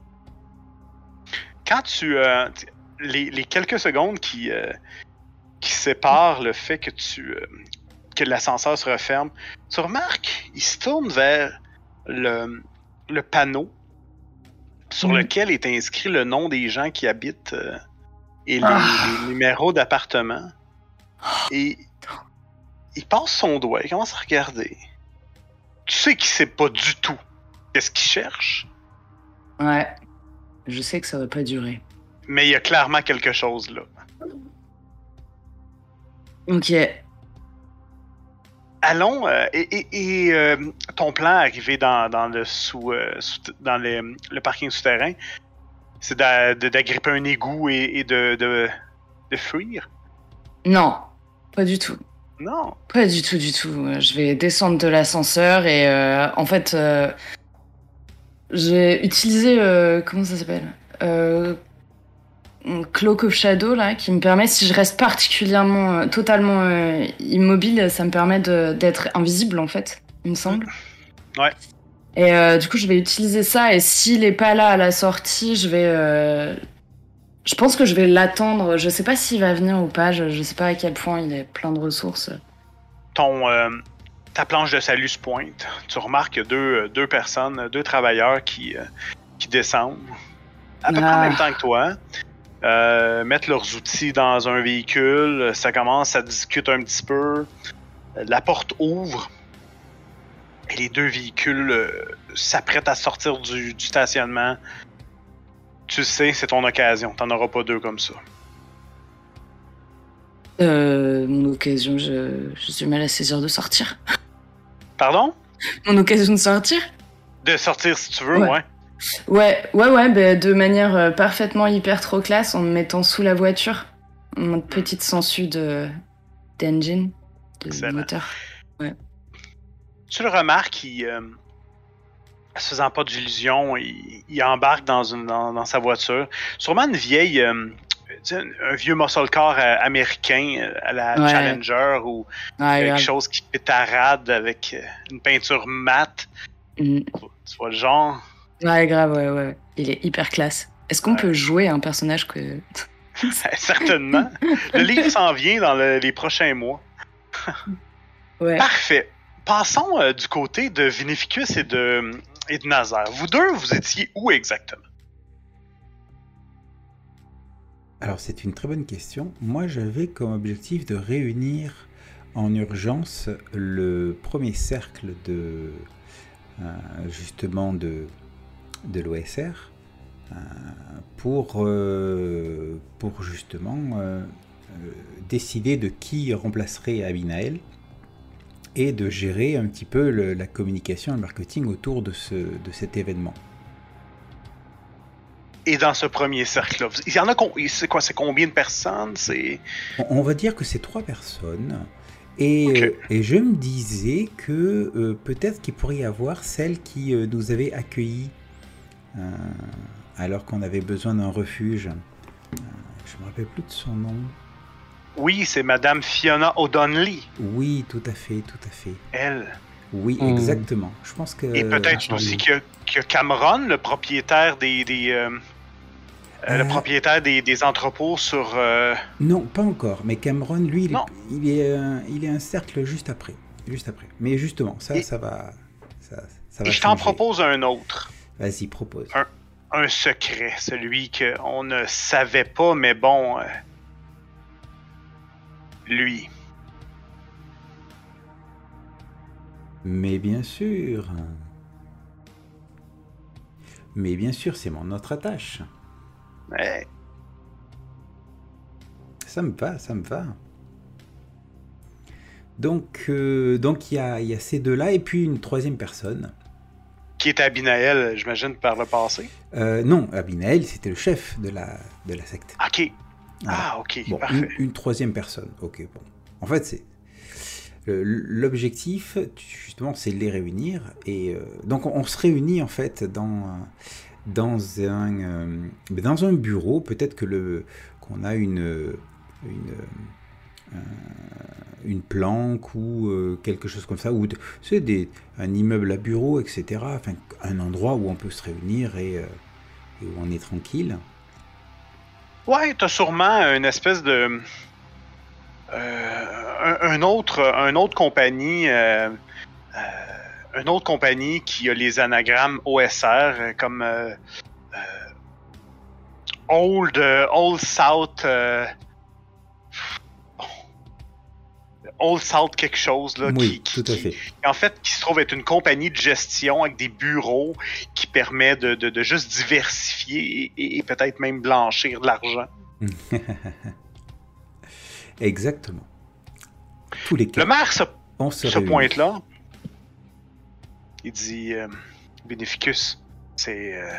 Quand tu... Euh, les, les quelques secondes qui, euh, qui séparent le fait que tu euh, que l'ascenseur se referme, tu remarques, il se tourne vers le, le panneau sur mmh. lequel est inscrit le nom des gens qui habitent euh, et les, ah. les numéros d'appartement. Et il passe son doigt, il commence à regarder. Tu sais qu'il sait pas du tout qu'est-ce qu'il cherche. Ouais, je sais que ça va pas durer. Mais il y a clairement quelque chose là. Ok. Allons, euh, et, et, et euh, ton plan arrivé dans, dans le sous, euh, sous dans le, le parking souterrain, c'est d'a, de, d'agripper un égout et, et de, de, de fuir? Non, pas du tout. Non. Pas du tout, du tout. Je vais descendre de l'ascenseur et euh, en fait, euh, j'ai utilisé, euh, comment ça s'appelle euh, Cloak of Shadow, là, qui me permet, si je reste particulièrement, euh, totalement euh, immobile, ça me permet de, d'être invisible, en fait, il me semble. Ouais. Et euh, du coup, je vais utiliser ça. Et s'il est pas là à la sortie, je vais. Euh... Je pense que je vais l'attendre. Je sais pas s'il va venir ou pas. Je, je sais pas à quel point il est plein de ressources. Ton, euh, ta planche de salut se pointe. Tu remarques qu'il y a deux, deux personnes, deux travailleurs qui, euh, qui descendent à peu près en Ah. même temps que toi. Euh, mettent leurs outils dans un véhicule. Ça commence, ça discute un petit peu. La porte ouvre. Et les deux véhicules euh, s'apprêtent à sortir du, du stationnement. Tu le sais, c'est ton occasion. T'en auras pas deux comme ça. Euh, mon occasion, je, je suis mal à saisir de sortir. Pardon? Mon occasion de sortir? De sortir si tu veux, Ouais. ouais. Ouais, ouais, ouais, bah, de manière euh, parfaitement hyper trop classe, en me mettant sous la voiture. En mode petite sangsue de d'engine, de Excellent. moteur. Tu le remarques, il, euh, se faisant pas d'illusions, il, il embarque dans, une, dans, dans sa voiture. Sûrement une vieille, euh, tu sais, un, un vieux muscle car euh, américain euh, à la Ouais. Challenger ou Ouais, quelque grave. chose qui pétarade avec euh, une peinture mate. Mm. Tu vois le genre? Ouais, grave, ouais, ouais. Il est hyper classe. Est-ce qu'on Ouais. peut jouer un personnage que... Certainement. Le livre s'en vient dans le- les prochains mois. Ouais. Parfait. Passons euh, du côté de Vinificus et de, et de Nazaire. Vous deux, vous étiez où exactement? Alors c'est une très bonne question. Moi j'avais comme objectif de réunir en urgence le premier cercle de euh, justement de, de l'O S R euh, pour, euh, pour justement euh, euh, décider de qui remplacerait Abinael et de gérer un petit peu le- la communication et le marketing autour de, ce, de cet événement. Et dans ce premier cercle-là, vous- il y en a con- c'est quoi, c'est combien de personnes? C'est On- On va dire que c'est trois personnes. Et, Ok. euh, et je me disais que euh, peut-être qu'il pourrait y avoir celle qui euh, nous avait accueillis euh, alors qu'on avait besoin d'un refuge. Euh, je me rappelle plus de son nom. oui, c'est Madame Fiona O'Donnelly, Oui, tout à fait, tout à fait. elle. Oui, Hmm. exactement. Je pense que... Et peut-être Charlie. aussi qu'il y, a, qu'il y a Cameron, le propriétaire des, des euh, euh, le Euh. propriétaire des, des entrepôts sur. euh, Non, pas encore. Mais Cameron, lui, il est, Non. il est, euh, il est un cercle juste après. Juste après. Mais justement, ça, Et- ça va... Ça, ça va Et je t'en changer. propose un autre. Vas-y, propose. Un secret, celui qu'on ne savait pas, mais bon. euh, lui. Mais bien sûr. Mais bien sûr, c'est mon autre attache. Ouais. Ça me va, ça me va. Donc, euh, donc il y a, il y a ces deux-là et puis une troisième personne. Qui est Abinael, j'imagine, par le passé. Euh, non, Abinael, c'était le chef de la, de la secte. Ok. Voilà. Ah, ok, Bon, parfait. une, une troisième personne. Ok, bon. En fait, c'est le- l'objectif, justement, c'est de les réunir. Et euh, donc, on, on se réunit en fait dans euh, dans un euh, dans un bureau. Peut-être que le qu'on a une une euh, une planque ou euh, quelque chose comme ça, ou de- c'est des un immeuble à bureau, et cetera. Enfin, un endroit où on peut se réunir et, euh, et où on est tranquille. Ouais, t'as sûrement une espèce de. Euh, un, un autre, un autre compagnie. Euh, euh, une autre compagnie qui a les anagrammes O S R euh, comme euh, euh, Old, euh, Old South. euh, Old South quelque chose là, Oui, qui, qui- tout à qui- fait. en fait, qui se trouve être une compagnie de gestion avec des bureaux qui permet de, de, de juste diversifier et, et peut-être même blanchir de l'argent. Exactement. Tous les Le cas, maire se, on se, se réunit. pointe là. Il dit euh, Bénéficus, c'est. euh,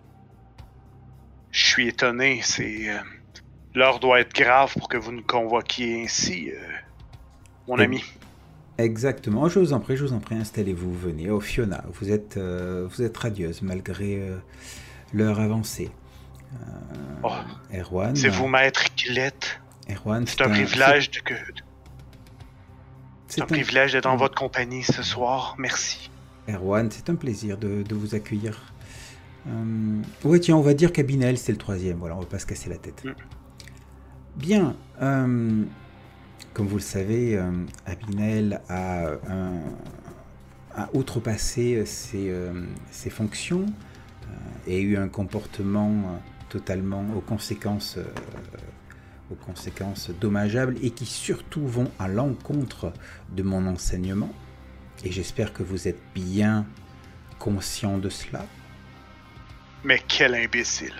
Je suis étonné, c'est. euh, L'heure doit être grave pour que vous nous convoquiez ainsi, euh, mon Et- ami. Exactement. Je vous en prie, je vous en prie, installez-vous, venez. Oh Fiona, vous êtes, euh, vous êtes radieuse malgré euh, l'heure avancée. Euh, Oh, Erwan, c'est vous, maître Gillette. Erwan, C'est un privilège de que. C'est C'est un un- privilège d'être dans votre compagnie ce soir. Merci. Erwan, c'est un plaisir de, de vous accueillir. Euh, ouais, tiens, on va dire qu'Abinael, c'est le troisième. Voilà, on va pas se casser la tête. Mm. Bien. Euh, comme vous le savez, euh, Abinael a, un, a outrepassé ses, euh, ses fonctions euh, et a eu un comportement euh, totalement aux conséquences, euh, aux conséquences dommageables et qui surtout vont à l'encontre de mon enseignement. Et j'espère que vous êtes bien conscient de cela. Mais quel imbécile.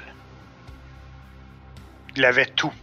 Il avait tout.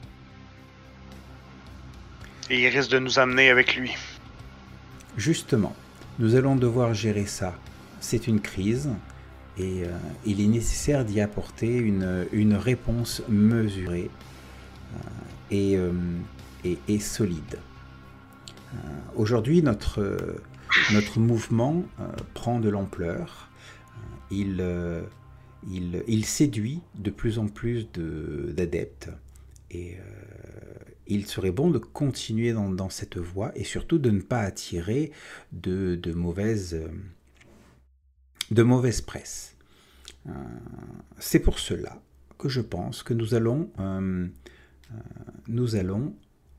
Et il risque de nous amener avec lui. Justement, nous allons devoir gérer ça. C'est une crise et euh, il est nécessaire d'y apporter une, une réponse mesurée euh, et, euh, et, et solide. Euh, aujourd'hui, notre, euh, notre mouvement euh, prend de l'ampleur. Euh, il, euh, il, il séduit de plus en plus de, d'adeptes et euh, il serait bon de continuer dans, dans cette voie et surtout de ne pas attirer de, de, mauvaise, de mauvaise presse. Euh, c'est pour cela que je pense que nous allons, euh, euh, nous allons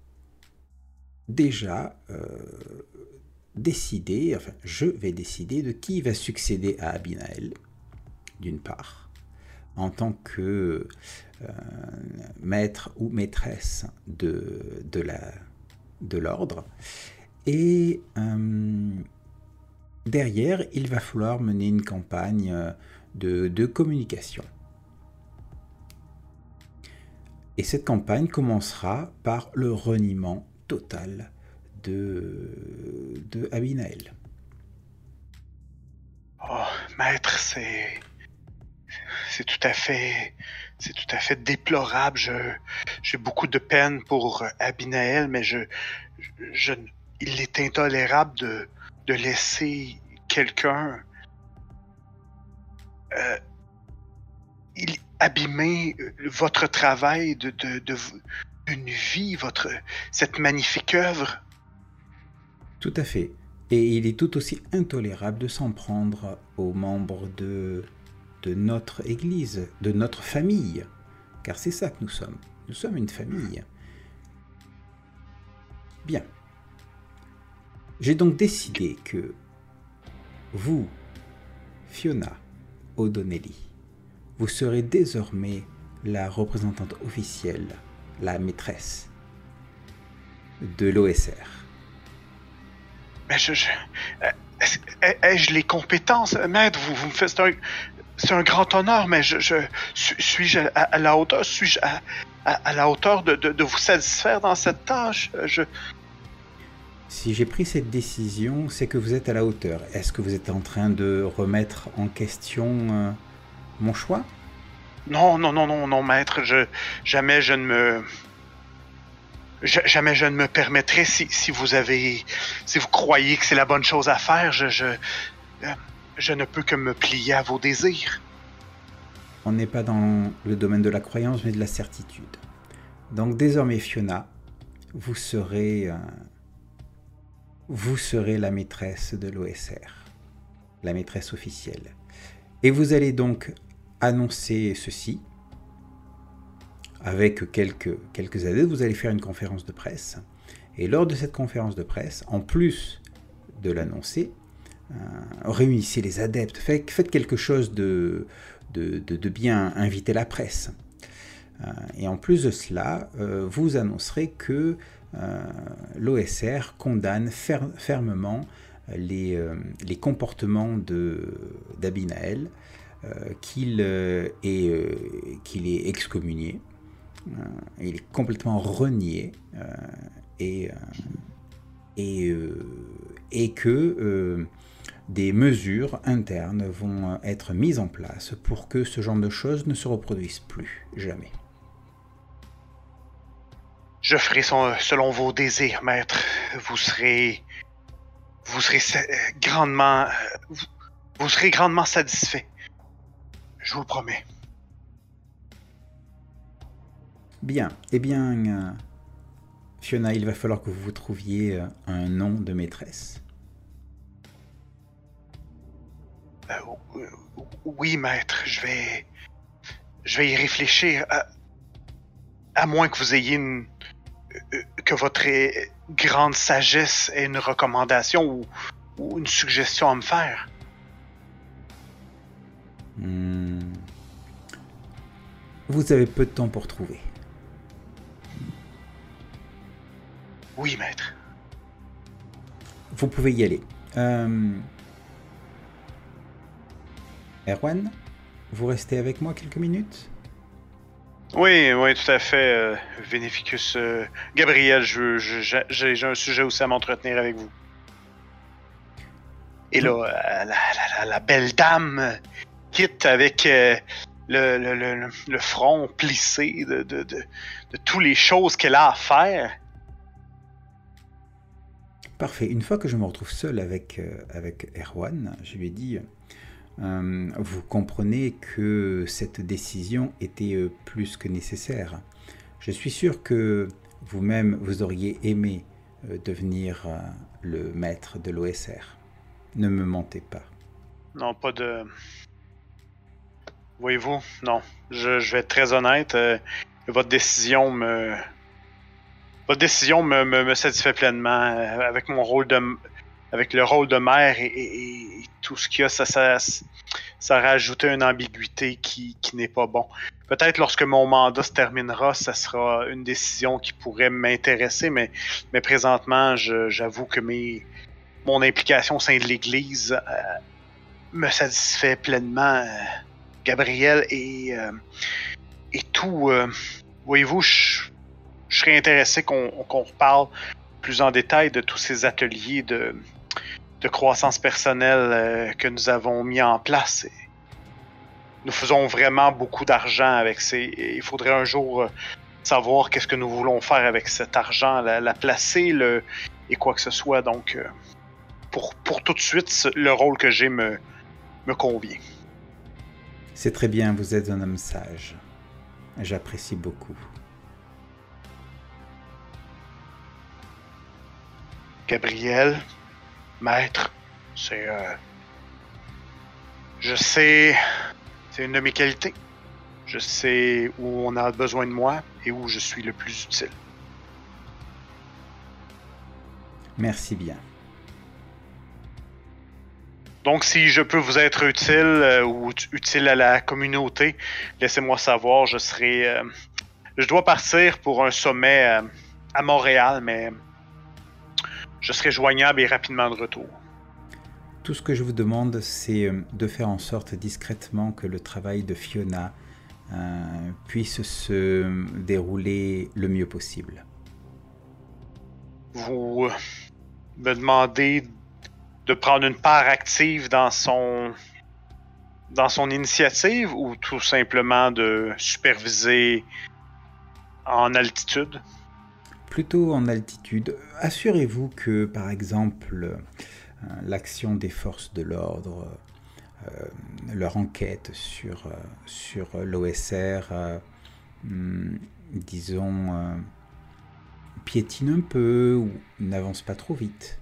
déjà euh, décider, enfin je vais décider de qui va succéder à Abinael, d'une part, en tant que euh, maître ou maîtresse de, de, la, de l'ordre. Et euh, derrière, il va falloir mener une campagne de, de communication. Et cette campagne commencera par le reniement total de, de Abinael. Oh, maître, c'est... C'est tout à fait... C'est tout à fait déplorable. Je, j'ai beaucoup de peine pour Abinael, mais je, je, il est intolérable de, de laisser quelqu'un euh, il, abîmer votre travail de, de, de, d'une vie, votre, cette magnifique œuvre. Tout à fait. Et il est tout aussi intolérable de s'en prendre aux membres de... de notre Église, de notre famille, car c'est ça que nous sommes. Nous sommes une famille. Bien. J'ai donc décidé que vous, Fiona O'Donnelly, vous serez désormais la représentante officielle, la maîtresse de l'O S R. Mais je... je ai-je les compétences, maître? Vous, vous me faites un... C'est un grand honneur, mais je, je suis-je à, à la hauteur, suis-je à, à, à la hauteur de, de, de vous satisfaire dans cette tâche? Je... Si j'ai pris cette décision, c'est que vous êtes à la hauteur. Est-ce que vous êtes en train de remettre en question euh, mon choix? Non, non, non, non, non, maître. Je, jamais je ne me, je, jamais je ne me permettrai si, si vous avez, si vous croyez que c'est la bonne chose à faire. Je, je, euh, Je ne peux que me plier à vos désirs. On n'est pas dans le domaine de la croyance, mais de la certitude. Donc désormais, Fiona, vous serez, euh, vous serez la maîtresse de l'O S R, la maîtresse officielle. Et vous allez donc annoncer ceci, avec quelques, quelques adeptes, vous allez faire une conférence de presse. Et lors de cette conférence de presse, en plus de l'annoncer, Euh, réunissez les adeptes, faites, faites quelque chose de, de, de, de bien, invitez la presse. Euh, et en plus de cela, euh, vous annoncerez que euh, l'O S R condamne fer, fermement les, euh, les comportements de, d'Abinael, euh, qu'il, euh, est, euh, qu'il est excommunié, euh, il est complètement renié, euh, et, euh, et, euh, et que euh, des mesures internes vont être mises en place pour que ce genre de choses ne se reproduisent plus, jamais. Je ferai son, selon vos désirs, maître. Vous serez... Vous serez grandement... Vous, vous serez grandement satisfait. Je vous le promets. Bien. Eh bien, euh, Fiona, il va falloir que vous vous trouviez un nom de maîtresse. Euh, oui, maître, je vais... Je vais y réfléchir. À, à moins que vous ayez une... que votre grande sagesse ait une recommandation ou, ou une suggestion à me faire. Hmm. Vous avez peu de temps pour trouver. Oui, maître. Vous pouvez y aller. Euh... Erwan, vous restez avec moi quelques minutes? Oui, oui, tout à fait, euh, Vénéficus. Euh, Gabriel, je, je, j'ai, j'ai un sujet aussi à m'entretenir avec vous. Et là, euh, la, la, la, la belle dame quitte avec euh, le, le, le, le front plissé de, de, de, de toutes les choses qu'elle a à faire. Parfait. Une fois que je me retrouve seul avec, euh, avec Erwan, je lui ai dit... Euh, vous comprenez que cette décision était euh, plus que nécessaire. Je suis sûr que vous-même, vous auriez aimé euh, devenir euh, le maître de l'O S R. Ne me mentez pas. Non, pas de... Voyez-vous, non. Je, je vais être très honnête. Euh, votre décision me... Votre décision me, me, me satisfait pleinement. Euh, avec mon rôle de... Avec le rôle de mère et, et, et tout ce qu'il y a, ça, ça, ça rajoutait une ambiguïté qui, qui n'est pas bon. Peut-être lorsque mon mandat se terminera, ça sera une décision qui pourrait m'intéresser, mais, mais présentement, je, j'avoue que mes, mon implication au sein de l'Église euh, me satisfait pleinement, euh, Gabriel, et, euh, et tout. Euh, voyez-vous, je, je serais intéressé qu'on, qu'on reparle plus en détail de tous ces ateliers de... de croissance personnelle euh, que nous avons mis en place. Et nous faisons vraiment beaucoup d'argent avec ces... Et il faudrait un jour euh, savoir qu'est-ce que nous voulons faire avec cet argent, la, la placer, le... et quoi que ce soit. Donc, euh, pour, pour tout de suite, le rôle que j'ai me, me convient. C'est très bien, vous êtes un homme sage. J'apprécie beaucoup. Gabriel, maître, c'est... Euh, je sais... C'est une de mes qualités. Je sais où on a besoin de moi et où je suis le plus utile. Merci bien. Donc, si je peux vous être utile euh, ou utile à la communauté, laissez-moi savoir. Je serai... Euh, je dois partir pour un sommet euh, à Montréal, mais... Je serai joignable et rapidement de retour. Tout ce que je vous demande, c'est de faire en sorte discrètement que le travail de Fiona euh, puisse se dérouler le mieux possible. Vous me demandez de prendre une part active dans son, dans son initiative ou tout simplement de superviser en altitude? Plutôt en altitude. Assurez-vous que, par exemple, euh, l'action des forces de l'ordre, euh, leur enquête sur, euh, sur l'O S R, euh, hum, disons, euh, piétine un peu ou n'avance pas trop vite.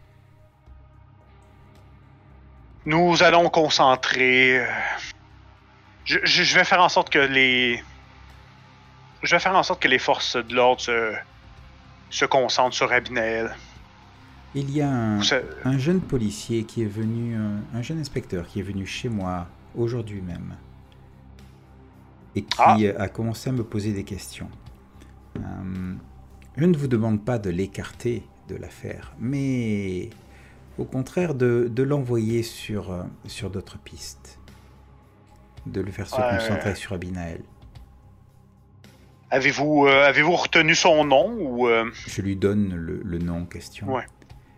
Nous allons concentrer... Euh, je, je, je vais faire en sorte que les... Je vais faire en sorte que les forces de l'ordre se... se concentre sur Abinael. Il y a un, Ça... un jeune policier qui est venu, un, un jeune inspecteur qui est venu chez moi aujourd'hui même et qui ah. a commencé à me poser des questions. Euh, je ne vous demande pas de l'écarter de l'affaire, mais au contraire de, de l'envoyer sur, sur d'autres pistes, de le faire se ouais. concentrer sur Abinael. Avez-vous, euh, avez-vous retenu son nom ou euh... Je lui donne le, le nom en question. Ouais.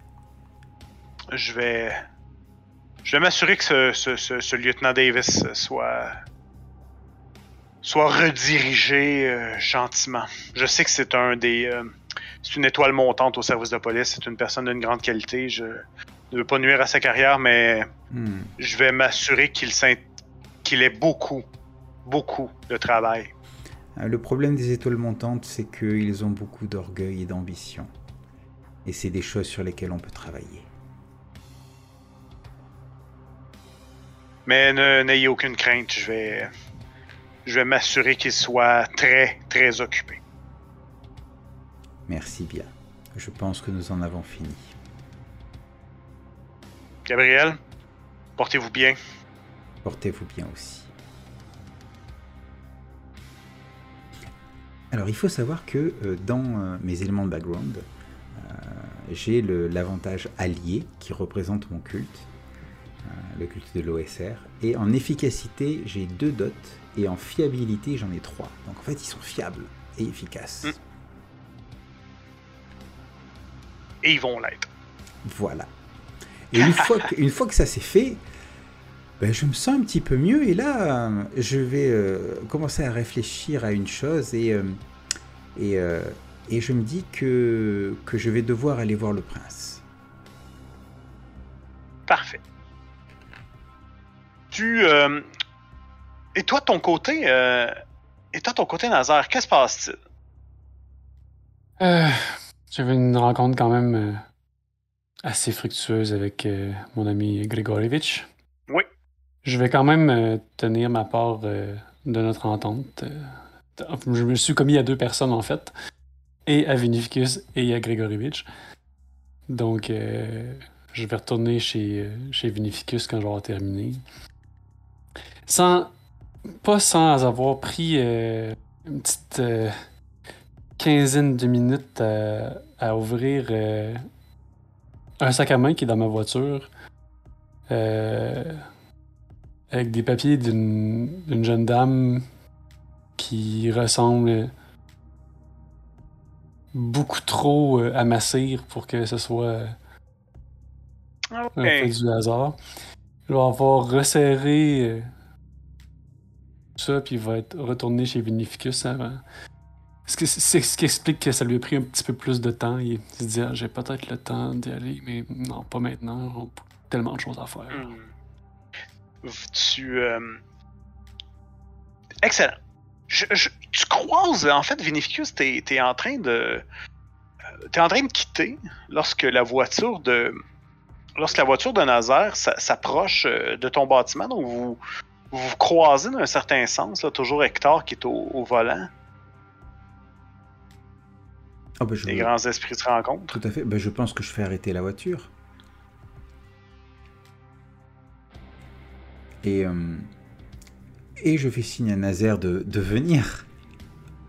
Je vais, je vais m'assurer que ce, ce, ce, ce lieutenant Davis soit, soit redirigé euh, gentiment. Je sais que c'est un des, euh, c'est une étoile montante au service de police. C'est une personne d'une grande qualité. Je ne veux pas nuire à sa carrière, mais hmm. je vais m'assurer qu'il, qu'il ait beaucoup, beaucoup de travail. Le problème des étoiles montantes, c'est qu'ils ont beaucoup d'orgueil et d'ambition. Et c'est des choses sur lesquelles on peut travailler. Mais ne- n'ayez aucune crainte, je vais, je vais m'assurer qu'il soit très, très occupé. Merci bien. Je pense que nous en avons fini. Gabriel, portez-vous bien. Portez-vous bien aussi. Alors, il faut savoir que euh, dans euh, mes éléments de background, euh, j'ai le- l'avantage allié qui représente mon culte, euh, le culte de l'O S R. Et en efficacité, j'ai deux dots, et en fiabilité, j'en ai trois. Donc en fait, ils sont fiables et efficaces. Mm. Et ils vont l'être. Voilà. Et une fois que, une fois que ça s'est fait, ben, je me sens un petit peu mieux. Et là, euh, je vais euh, commencer à réfléchir à une chose. Et, euh, et, euh, et je me dis que, que je vais devoir aller voir le prince. Parfait. Tu... euh, Et toi, de ton côté... euh, Et toi, de ton côté, Nazar, qu'est-ce qui se passe-t-il? Euh, J'avais une rencontre quand même euh, assez fructueuse avec euh, mon ami Grigorievich. Oui. Je vais quand même euh, tenir ma part euh, de notre entente. euh. Je me suis commis à deux personnes, en fait, et à Vinificus et à Grigorievich. Donc, euh, je vais retourner chez, euh, chez Vinificus quand je vais avoir terminé. Sans... Pas sans avoir pris euh, une petite euh, quinzaine de minutes à, à ouvrir euh, un sac à main qui est dans ma voiture euh, avec des papiers d'une d'une jeune dame qui ressemble beaucoup trop euh, à Massir pour que ce soit euh, un Okay. fait du hasard. Je vais avoir resserré euh, ça, puis il va être retourné chez Vinificus avant. Ce qui, c'est ce qui explique que ça lui a pris un petit peu plus de temps. Il se dit, ah, j'ai peut-être le temps d'y aller, mais non, pas maintenant. On a tellement de choses à faire. Hmm. Tu... euh, Excellent. Je, je- tu croises, en fait, Vinificus, t'es, t'es en train de... euh, T'es en train de quitter lorsque la voiture de... Lorsque la voiture de Nazaire s'a- s'approche euh, de ton bâtiment, donc vous vous, vous croisez d'un certain sens, là, toujours Hector qui est au, au volant. Oh, ben, je Les veux- grands esprits se rencontrent. Tout à fait. Ben, je pense que je fais arrêter la voiture. Et, euh, et je fais signe à Nazaire de, de venir.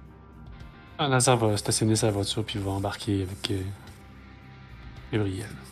Ah, Lazare va stationner sa voiture puis va embarquer avec euh, Gabriel.